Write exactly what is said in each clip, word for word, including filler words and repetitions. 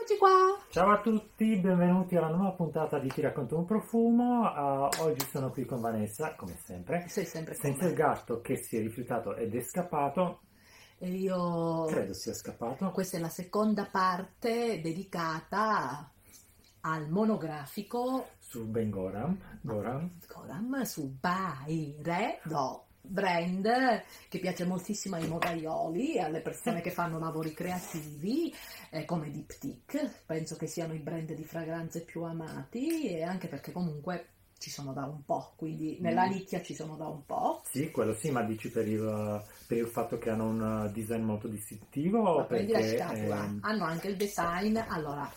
Eccoci qua! Ciao a tutti, benvenuti alla nuova puntata di Ti racconto un profumo. Uh, oggi sono qui con Vanessa, come sempre, Sei sempre con senza me. il gatto che si è rifiutato ed è scappato. E io... Credo sia scappato. Questa è la seconda parte dedicata al monografico Su Ben Goram, Goram. Goram su Byredo, brand che piace moltissimo ai modaioli e alle persone che fanno lavori creativi eh, come Diptyque. Penso che siano i brand di fragranze più amati, e anche perché comunque ci sono da un po', quindi nella nicchia ci sono da un po'. Sì, quello sì, ma dici per il, per il fatto che hanno un design molto distintivo o Ma prendi la perché... scatola, ehm, hanno anche il design. Allora,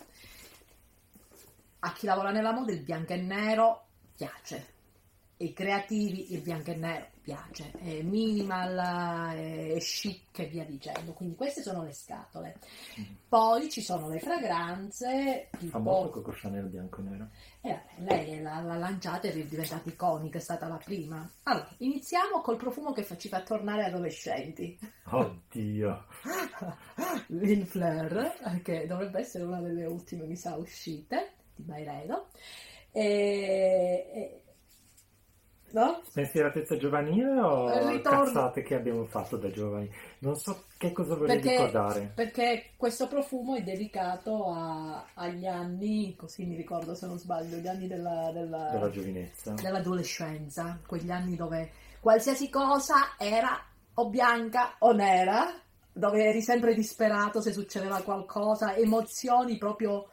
a chi lavora nella moda il bianco e nero piace, ai creativi il bianco e nero piace, è minimal, è chic e via dicendo. Quindi queste sono le scatole. Poi ci sono le fragranze Fa tipo... molto Coco Chanel bianco e nero. Eh, lei l'ha, l'ha lanciata ed è diventata iconica, è stata la prima. Allora, iniziamo col profumo che fa- ci fa tornare adolescenti. Oddio! Lin Fleur, che dovrebbe essere una delle ultime, mi sa, uscite di Byredo. E, e, no? Spensieratezza giovanile o Ritorno. cazzate che abbiamo fatto da giovani? Non so che cosa vorrei Perché, ricordare. perché questo profumo è dedicato a- agli anni, così mi ricordo se non sbaglio, gli anni della, della- Della giovinezza. dell'adolescenza, quegli anni dove qualsiasi cosa era o bianca o nera, dove eri sempre disperato se succedeva qualcosa, emozioni proprio,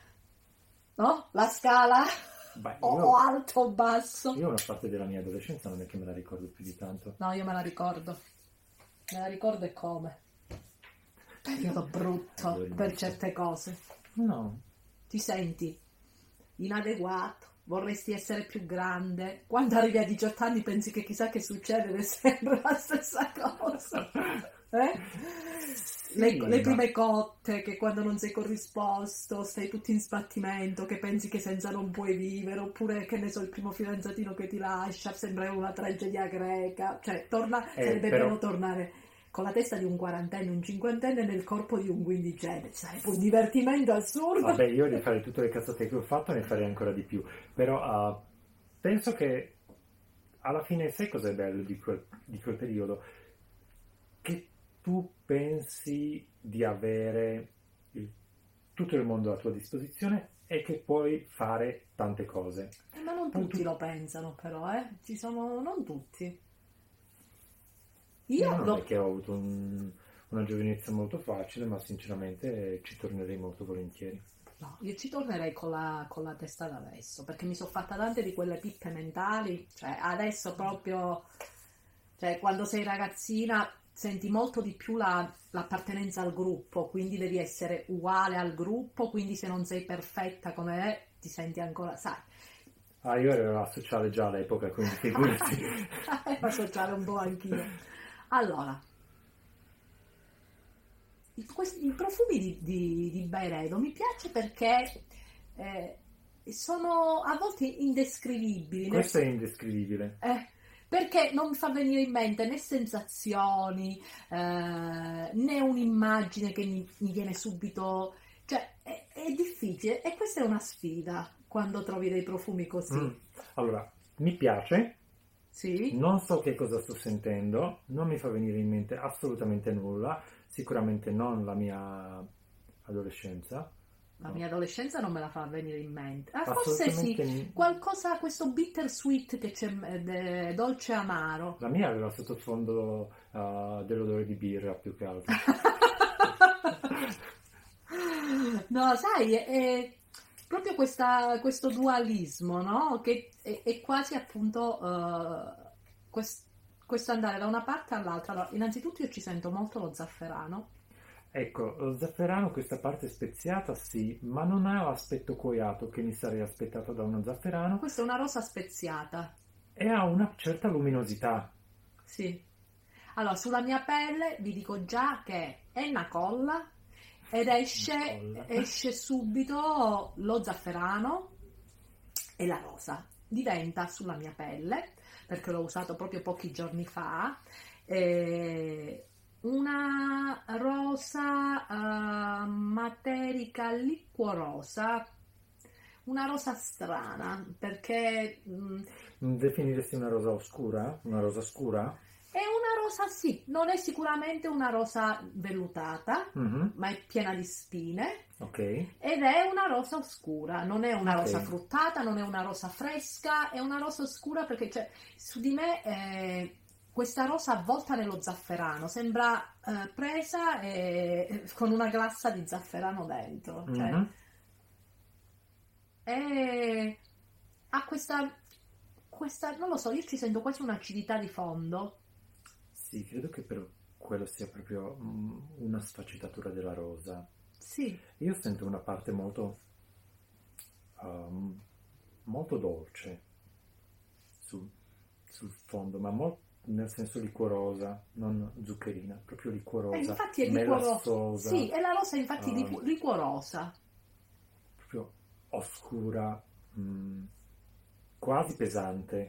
no? La scala Beh, o, io, o alto o basso. io una parte della mia adolescenza non è che me la ricordo più di tanto. No, io me la ricordo, me la ricordo e come. Periodo brutto Adoro per il certe cose. No. Ti senti inadeguato, vorresti essere più grande. Quando arrivi a diciotto anni pensi che chissà che succede ed è sempre la stessa cosa. Eh? Le, Sì, le ma- prime cotte, che quando non sei corrisposto stai tutti in sbattimento, che pensi che senza non puoi vivere, oppure che ne so, il primo fidanzatino che ti lascia, sembra una tragedia greca. Cioè, torna, Eh, sarebbe però- bello tornare con la testa di un quarantenne, un cinquantenne nel corpo di un quindicenne. Sarebbe un divertimento assurdo. Vabbè, io di fare tutte le cazzate che ho fatto ne farei ancora di più. Però uh, penso che alla fine sai cos'è bello di quel, di quel periodo? Che tu pensi di avere il- tutto il mondo a tua disposizione e che puoi fare tante cose. Eh, Ma non tutti lo pensano, però, eh? Ci sono, non tutti. Io Io non lo... è che ho avuto un- una giovinezza molto facile, ma sinceramente ci tornerei molto volentieri. No, io ci tornerei con la, con la testa da adesso, perché mi sono fatta tante di quelle pippe mentali. Cioè, adesso proprio, cioè, quando sei ragazzina senti molto di più la- l'appartenenza al gruppo, quindi devi essere uguale al gruppo, quindi se non sei perfetta come è, ti senti ancora, sai, Ah, io ero a sociale già all'epoca, quindi figurati. ero sociale un po' anch'io. Allora, i, questi- i profumi di, di, di Byredo mi piace perché eh, sono a volte indescrivibili, nel Questo è indescrivibile. Eh, perché non mi fa venire in mente né sensazioni, eh, né un'immagine che mi, mi viene subito. Cioè, è, è difficile, e questa è una sfida quando trovi dei profumi così. Mm. Allora, mi piace, Sì? non so che cosa sto sentendo, non mi fa venire in mente assolutamente nulla, sicuramente non la mia adolescenza. La No. mia adolescenza non me la fa venire in mente. Ah, forse Assolutamente sì, ni- qualcosa, questo bittersweet che c'è, eh, eh, dolce amaro. La mia aveva sottofondo uh, dell'odore di birra più che altro. No, sai, è, è proprio questa- questo dualismo, no? Che è, è quasi appunto eh, quest- questo andare da una parte all'altra. Allora, innanzitutto io ci sento molto lo zafferano. Ecco, lo zafferano, questa parte speziata sì, ma non ha l'aspetto cuoiato che mi sarei aspettato da uno zafferano Questa è una rosa speziata, e ha una certa luminosità. sì. Allora, sulla mia pelle vi dico già che è una colla ed esce, Una colla. esce subito lo zafferano e la rosa. Diventa sulla mia pelle, perché l'ho usato proprio pochi giorni fa, eh, una rosa uh, materica liquorosa, una rosa strana, perché mh, Definiresti una rosa oscura? Una rosa scura? è una rosa, sì, non è sicuramente una rosa vellutata, Mhm. ma è piena di spine. Ok. Ed è una rosa oscura, non è una Ok. rosa fruttata, non è una rosa fresca, è una rosa oscura perché cioè, su di me eh, questa rosa avvolta nello zafferano, sembra eh, presa e- con una glassa di zafferano dentro. Cioè, Mhm. è- ha questa, questa, non lo so, io ci sento quasi un'acidità di fondo. Sì, credo che per quello sia proprio mm, una sfaccettatura della rosa. Sì, Io sento una parte molto, um, molto dolce sul, sul fondo, ma mol- nel senso liquorosa, non zuccherina, proprio e liquorosa, infatti è liquorosa. melassosa, Sì, è la rosa infatti um, liqu- liquorosa. proprio oscura, mm, quasi pesante,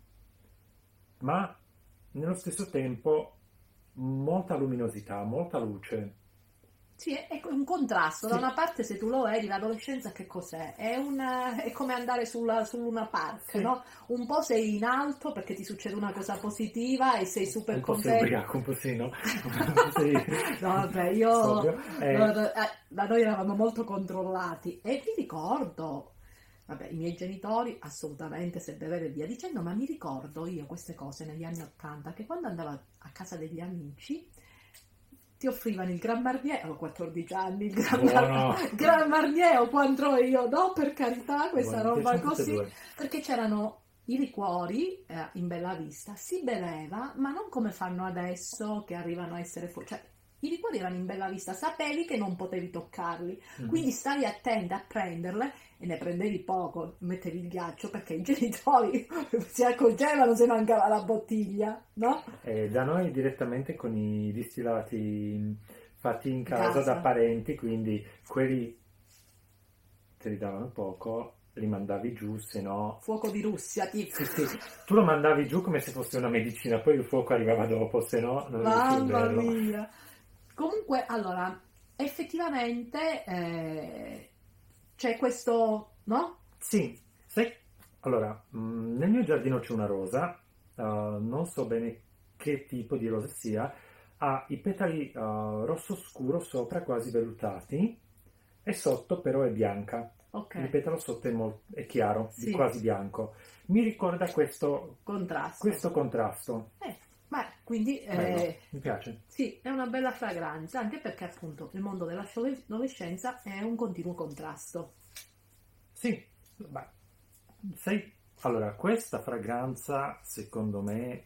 ma nello stesso tempo molta luminosità, molta luce. Sì, è è un contrasto. Da Sì. una parte, se tu lo vedi, l'adolescenza che cos'è? È, una- è come andare sulla, sul Luna Park, Sì. no? Un po' sei in alto perché ti succede una cosa positiva e sei super Un po' sei contento. ubriaco, un po' sì, no? Un po' sei No, vabbè, io... sobrio. Eh, no, no, eh, da noi eravamo molto controllati e mi ricordo, vabbè, i miei genitori assolutamente se beveva e via dicendo, ma mi ricordo io queste cose negli anni Ottanta, che quando andavo a casa degli amici ti offrivano il Grand Marnier, avevo quattordici anni, il Grand, Buono. Mar- Grand Marnier o quanto io, no, per carità, questa buono, mi roba piacciono tutte e così, due. perché c'erano i liquori eh, in Bella Vista, si beveva, ma non come fanno adesso che arrivano a essere fuori, cioè i liquori erano in Bella Vista, sapevi che non potevi toccarli, Mhm. quindi stavi attenta a prenderle e ne prendevi poco, mettevi il ghiaccio perché i genitori si accorgevano se mancava la bottiglia, no? Eh, da noi direttamente con i distillati fatti in casa, Casa. da parenti, quindi quelli te li davano poco, li mandavi giù, se no... Fuoco di Russia, tipo. Sì, sì, tu lo mandavi giù come se fosse una medicina, poi il fuoco arrivava dopo, se no non riuscivi a Mamma berlo. mia. Comunque, allora, effettivamente eh, c'è questo, no? Sì, sai, allora, mh, nel mio giardino c'è una rosa, uh, non so bene che tipo di rosa sia, ha i petali uh, rosso scuro sopra, quasi vellutati, e sotto però è bianca. Ok, Il petalo sotto è, mol- è chiaro, Sì. quasi bianco. Mi ricorda questo, contrasto. questo contrasto. Eh, ma quindi eh, Bello, mi piace. sì, è una bella fragranza, anche perché appunto il mondo dell'adolescenza è un continuo contrasto. Sì, ma sai, allora, questa fragranza secondo me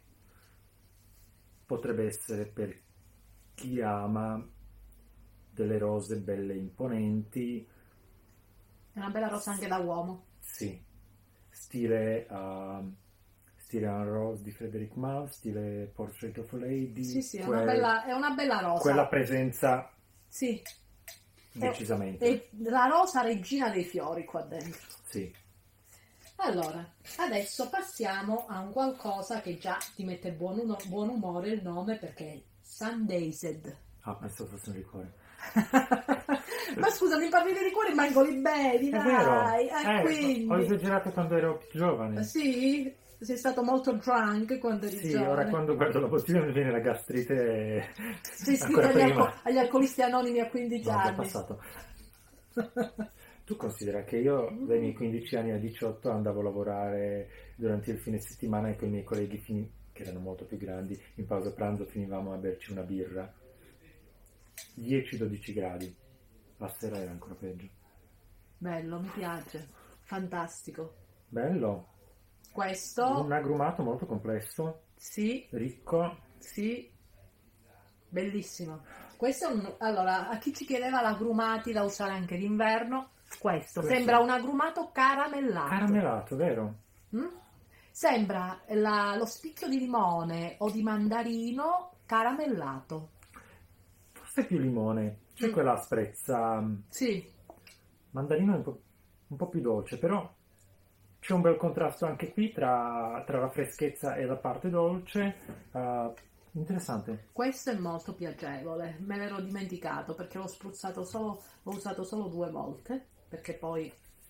potrebbe essere per chi ama delle rose belle imponenti, È una bella rosa anche da uomo. sì, stile, uh, stile Un Rose di Frederic Malle, stile Portrait of a Lady, Sì, sì, è quel- una bella, è una bella rosa. quella presenza Sì, decisamente, è la rosa regina dei fiori qua dentro. sì. Allora, adesso passiamo a un qualcosa che già ti mette buon, uno- buon umore il nome perché è Sundazed. Ah, penso fosse un liquore. Ma scusa, mi parli di liquori, manco li bevi, È dai. vero, Eh, eh, ho quindi... esagerato quando ero più giovane. Sì? Sei stato molto drunk quando eri Sì, giovane. ora quando guardo la bottiglia mi viene la gastrite Sei iscritto ancora agli, prima. alco- agli alcolisti anonimi a quindici No, già anni. passato. Tu considera che io dai miei quindici anni a diciotto andavo a lavorare durante il fine settimana e con i miei colleghi fini- che erano molto più grandi, in pausa pranzo finivamo a berci una birra. dieci dodici gradi. La sera era ancora peggio. Bello, mi piace. Fantastico. Bello. Questo, Un agrumato molto complesso, sì, ricco. sì, bellissimo. Questo è un... Allora, a chi ci chiedeva l'agrumati da usare anche d'inverno, questo, Questo. sembra un agrumato caramellato. Caramellato, vero? Mm? Sembra la- lo spicchio di limone o di mandarino caramellato. Forse più limone. C'è Mm. quella asprezza. Sì, Mandarino è un po', un po' più dolce, però c'è un bel contrasto anche qui tra, tra la freschezza e la parte dolce. Uh, Interessante. Questo è molto piacevole, me l'ero dimenticato perché l'ho spruzzato solo, l'ho usato solo due volte, perché poi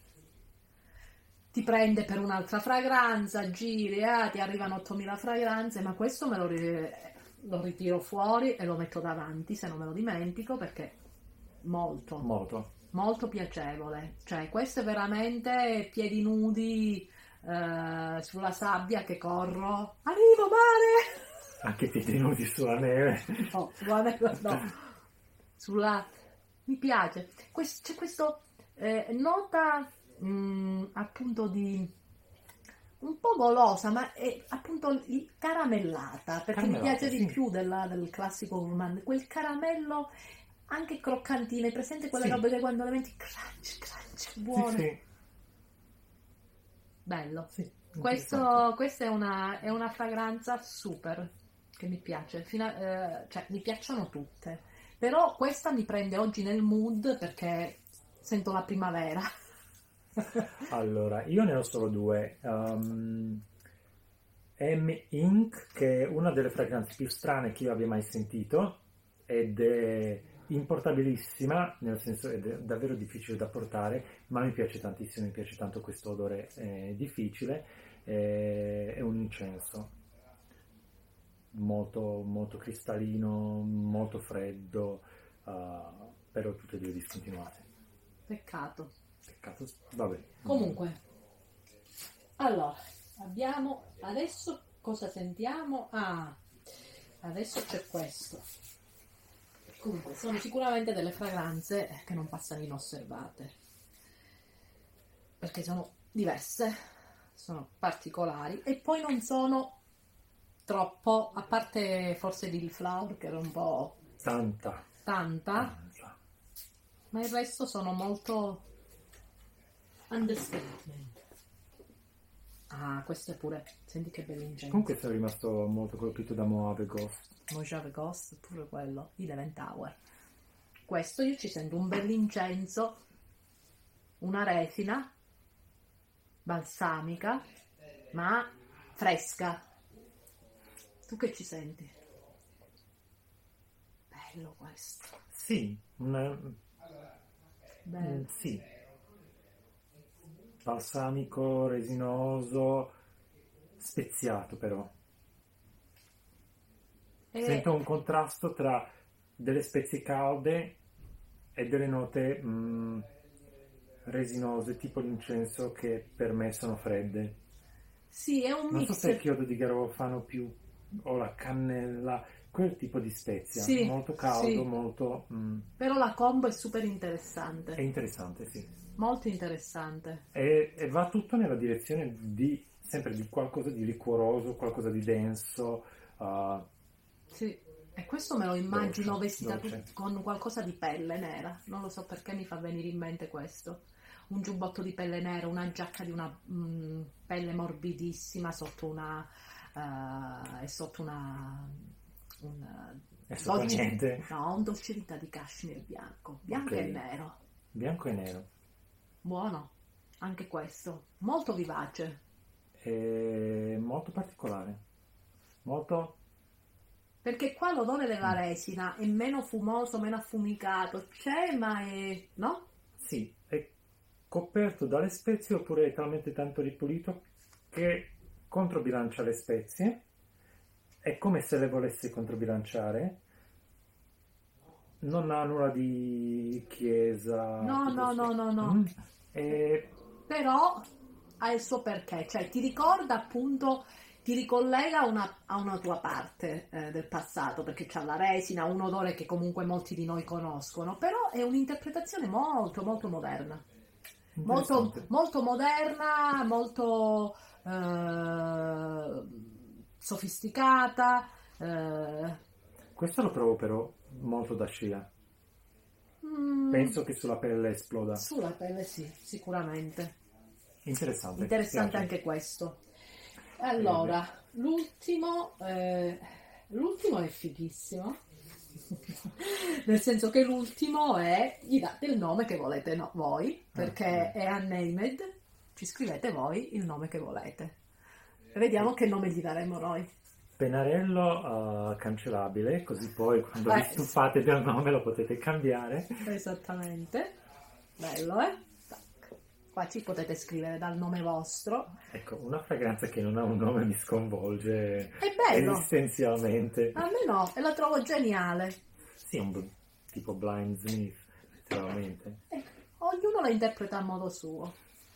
ti prende per un'altra fragranza, giri, ah, ti arrivano ottomila fragranze, ma questo me lo, ri- lo ritiro fuori e lo metto davanti se non me lo dimentico, perché molto, Molto. molto piacevole. Cioè, questo è veramente piedi nudi eh, sulla sabbia che corro. Arrivo, mare! Anche piedi nudi sulla neve. No, sulla neve no. Sulla... Mi piace. Quest- c'è questo eh, nota mh, appunto di... un po' golosa, ma è appunto il- caramellata, perché Caramellata, mi piace sì. di più della- del classico gourmand. Quel caramello anche croccantino, hai presente quelle Sì. robe che quando le metti crunch, crunch, Sì, buone. sì. Bello. Sì, interessante. Questo, questa è una, è una fragranza super che mi piace, Fino a- eh, cioè mi piacciono tutte, però questa mi prende oggi nel mood perché sento la primavera. Allora, io ne ho solo due. Um, M. Ink, che è una delle fragranze più strane che io abbia mai sentito, ed è importabilissima, nel senso ed è davvero difficile da portare, ma mi piace tantissimo, mi piace tanto questo odore eh, difficile. Eh, è un incenso molto, molto cristallino, molto freddo, uh, però tutte e due discontinuate. Peccato. Peccato, vabbè. Comunque, allora, abbiamo adesso cosa sentiamo? Ah, adesso c'è questo. Comunque, sono sicuramente delle fragranze che non passano inosservate, perché sono diverse, sono particolari e poi non sono troppo, a parte forse Lil Flower che era un po' Tanta. tanta, Tanta. ma il resto sono molto understatement. Ah, questo è pure, senti che bell'incenso. Comunque sono rimasto molto colpito da Mojave Ghost. Mojave Ghost, pure quello, Eleven Tower. Questo io ci sento un bell'incenso, una resina balsamica, ma fresca. Tu che ci senti? Bello questo. Sì, una, Bello. mm, sì. Balsamico, resinoso, speziato però. E- Sento un contrasto tra delle spezie calde e delle note mm, resinose, tipo l'incenso, che per me sono fredde. Sì, è un Non mix. so se il chiodo di garofano più o la cannella, quel tipo di spezia, Sì, molto caldo, sì. molto mm, Però la combo è super interessante. è interessante, sì. Molto interessante. E, e va tutto nella direzione di sempre di qualcosa di liquoroso, qualcosa di denso. uh, Sì. E questo me lo immagino Dolce, vestita dolce. tut- con qualcosa di pelle nera. Non lo so perché mi fa venire in mente questo. Un giubbotto di pelle nera, una giacca di una mm, pelle morbidissima sotto una... eh, e sotto una... un, È sotto dolce- niente. No, un dolce vita di cashmere bianco. Bianco Ok. e nero. Bianco e nero. Buono. Anche questo. Molto vivace. È molto particolare. Molto... Perché qua l'odore della resina è meno fumoso, meno affumicato. C'è, ma è... no? Sì, è coperto dalle spezie oppure è talmente tanto ripulito che controbilancia le spezie. È come se le volesse controbilanciare. Non ha nulla di chiesa. No, no, no, no, no. Mm. E Però ha il suo perché. Cioè ti ricorda appunto... ti ricollega a una, a una tua parte eh, del passato, perché c'ha la resina, un odore che comunque molti di noi conoscono, però è un'interpretazione molto, molto moderna. Molto, interessante. molto moderna, molto eh, sofisticata. eh, Questo lo trovo però molto da scia. mm, Penso che sulla pelle esploda. Sulla pelle sì, sicuramente. Interessante. Interessante piace. anche questo. Allora, l'ultimo, eh, l'ultimo è fighissimo, nel senso che l'ultimo è, gli date il nome che volete no, voi, perché è unnamed, ci scrivete voi il nome che volete. Vediamo che nome gli daremo noi. pennarello uh, cancellabile, così poi quando Eh, vi stufate del nome lo potete cambiare. Esattamente. Bello, eh? Tac. Qua ci potete scrivere dal nome vostro. Ecco, una fragranza che non ha un nome mi sconvolge È bello. esistenzialmente. A me no, e la trovo geniale. Sì, un b- tipo Blind Smith, letteralmente. Eh, ognuno la interpreta a modo suo.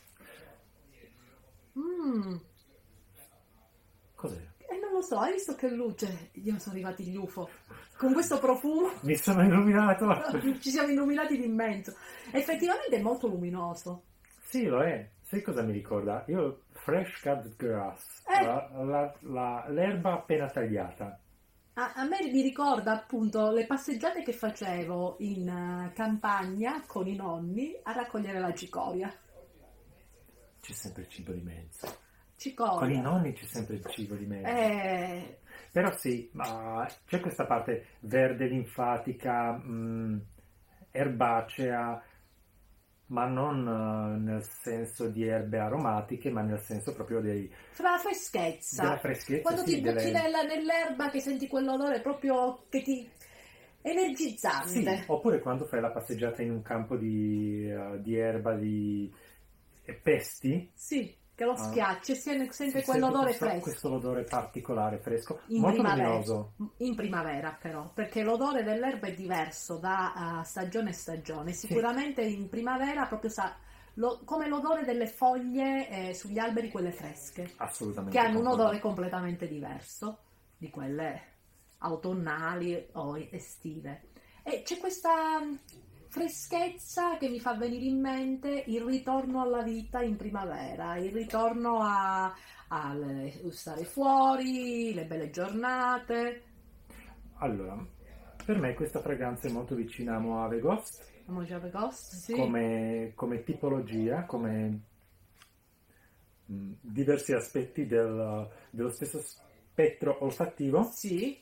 Mm. Cos'è? E non lo so, hai visto che luce? Dio, sono arrivati gli U F O. Con questo profumo Mi sono illuminato! ci siamo illuminati d'immenso. Effettivamente è molto luminoso. Sì, lo è. Sai cosa mi ricorda? Io fresh cut grass, Eh. la- la- la- l'erba appena tagliata. A, a me mi ricorda appunto le passeggiate che facevo in eh, campagna con i nonni a raccogliere la cicoria. C'è sempre il cibo di mezzo. Cicoria. Con i nonni c'è sempre il cibo di mezzo. Eh, Però sì, ma c'è questa parte verde linfatica, mh, erbacea, ma non eh, nel senso di erbe aromatiche, ma nel senso proprio dei, fra la freschezza. della freschezza. Quando sì, ti butti delle- nella- nell'erba che senti quell'odore proprio che ti energizzante. Sì, oppure quando fai la passeggiata in un campo di, eh, di erba, di eh, pesti, Sì, che lo Ah. schiacci e si sente si quell'odore sente questo, fresco. questo odore particolare, fresco, In molto primavera. luminoso. In primavera però, perché l'odore dell'erba è diverso da uh, stagione a stagione. Sicuramente in primavera proprio sa, lo- come l'odore delle foglie eh, sugli alberi, quelle fresche, Assolutamente. che hanno un concordo. odore completamente diverso di quelle autunnali o estive. E c'è questa mh, freschezza che mi fa venire in mente il ritorno alla vita in primavera, il ritorno a, a le- stare fuori, le belle giornate. Allora, per me questa fragranza è molto vicina a Mojave Ghost, Mojave Ghost, sì. come, come tipologia, come mh, diversi aspetti del- dello stesso spettro olfattivo. Sì,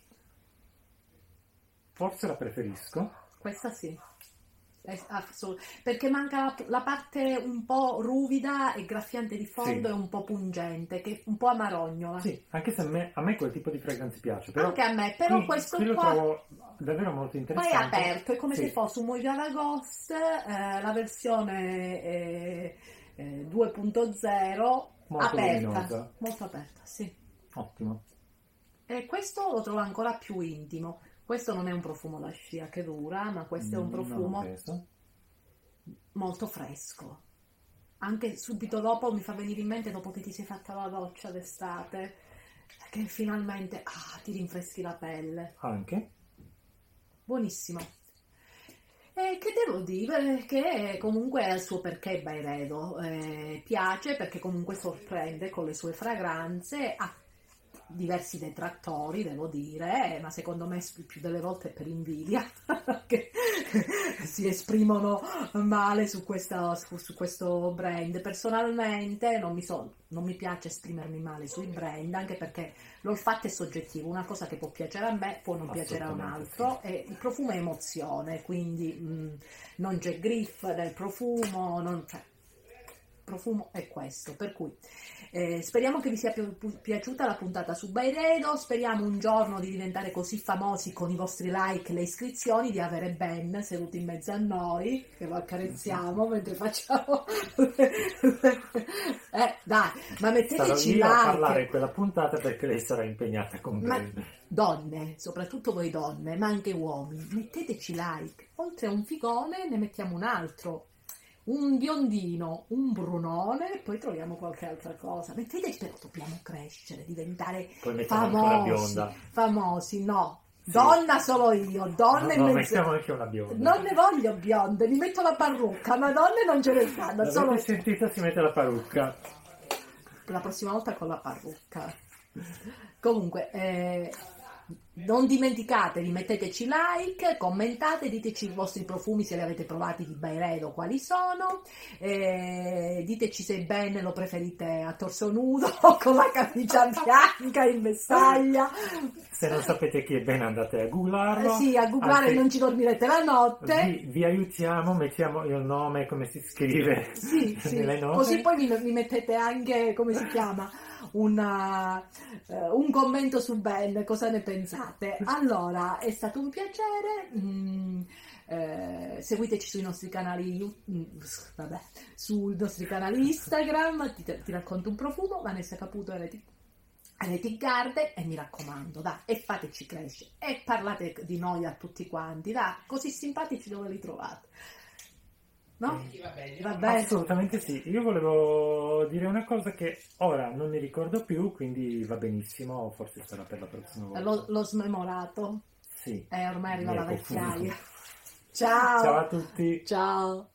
Forse la preferisco. questa sì. È assolut- perché manca la, la parte un po' ruvida e graffiante di fondo Sì. e un po' pungente, che un po' amarognola. Sì, anche se a me, a me quel tipo di fragranze piace, però Anche a me, però qui- questo qui lo qua trovo davvero molto poi è interessante. aperto, è come Sì. se fosse un Mojave Ghost, eh, la versione eh, eh, due punto zero, Molto aperta, luminosa. molto aperta, sì. Ottimo. E questo lo trovo ancora più intimo. Questo non è un profumo da scia che dura, ma questo è un Mm, non ho profumo preso. molto fresco. Anche subito dopo mi fa venire in mente, dopo che ti sei fatta la doccia d'estate, che finalmente ah, ti rinfreschi la pelle. Anche. Buonissimo. E che devo dire? Che comunque ha il suo perché Byredo. Eh, piace perché comunque sorprende con le sue fragranze, ha diversi detrattori, devo dire, ma secondo me più delle volte è per invidia, che si esprimono male su, questa, su, su questo brand. Personalmente non mi, so, non mi piace esprimermi male sui brand, anche perché l'olfatto è soggettivo, una cosa che può piacere a me può non piacere a un altro, e il profumo è emozione, quindi mh, non c'è griff del profumo, non c'è. Profumo è questo, per cui eh, speriamo che vi sia pi- pi- piaciuta la puntata su Byredo, speriamo un giorno di diventare così famosi con i vostri like e le iscrizioni, di avere Ben seduto in mezzo a noi, che lo accarezziamo mentre facciamo eh dai, ma Starò metteteci io a like. parlare in quella puntata perché lei sarà impegnata con Ma- me. Donne, soprattutto voi donne, ma anche uomini, metteteci like. Oltre a un figone ne mettiamo un altro, un biondino, un brunone, poi troviamo qualche altra cosa. Metteteci, però dobbiamo crescere, diventare Poi mettiamo anche una famosi, bionda. famosi, no. Sì. Donna solo io, donne No, no, in mezzo- mettiamo anche una bionda. non ne voglio bionde, mi metto la parrucca, ma donne non ce ne fanno, L'avete solo sentita? Si mette la parrucca. la prossima volta con la parrucca. Comunque, eh, non dimenticatevi, metteteci like, commentate, diteci i vostri profumi se li avete provati di Byredo, quali sono, eh, diteci se Ben lo preferite a torso nudo o con la camicia bianca in vestaglia. Se non sapete chi è Ben, andate a Eh, googlarlo. sì, a googlare Anzi, non ci dormirete la notte. vi, vi aiutiamo, mettiamo il nome, come si scrive Sì, sì. nelle note. Così poi mi, mi mettete anche, come si chiama, una, uh, un commento su Ben, cosa ne pensate? Allora, è stato un piacere. Mm, eh, seguiteci sui nostri canali, mm, vabbè, sui nostri canali Instagram. Ti, ti racconto un profumo, Vanessa Caputo e Reti Reti Garden, e mi raccomando, dai, e fateci crescere e parlate di noi a tutti quanti, dai, così simpatici dove li trovate, no? Sì, va bene. Va bene. Assolutamente sì. Io volevo dire una cosa che ora non mi ricordo più, quindi va benissimo, forse sarà per la prossima volta. L'ho, l'ho smemorato Sì. e ormai arriva Mi la è confuso. vecchiaia. Ciao. Ciao a tutti. Ciao.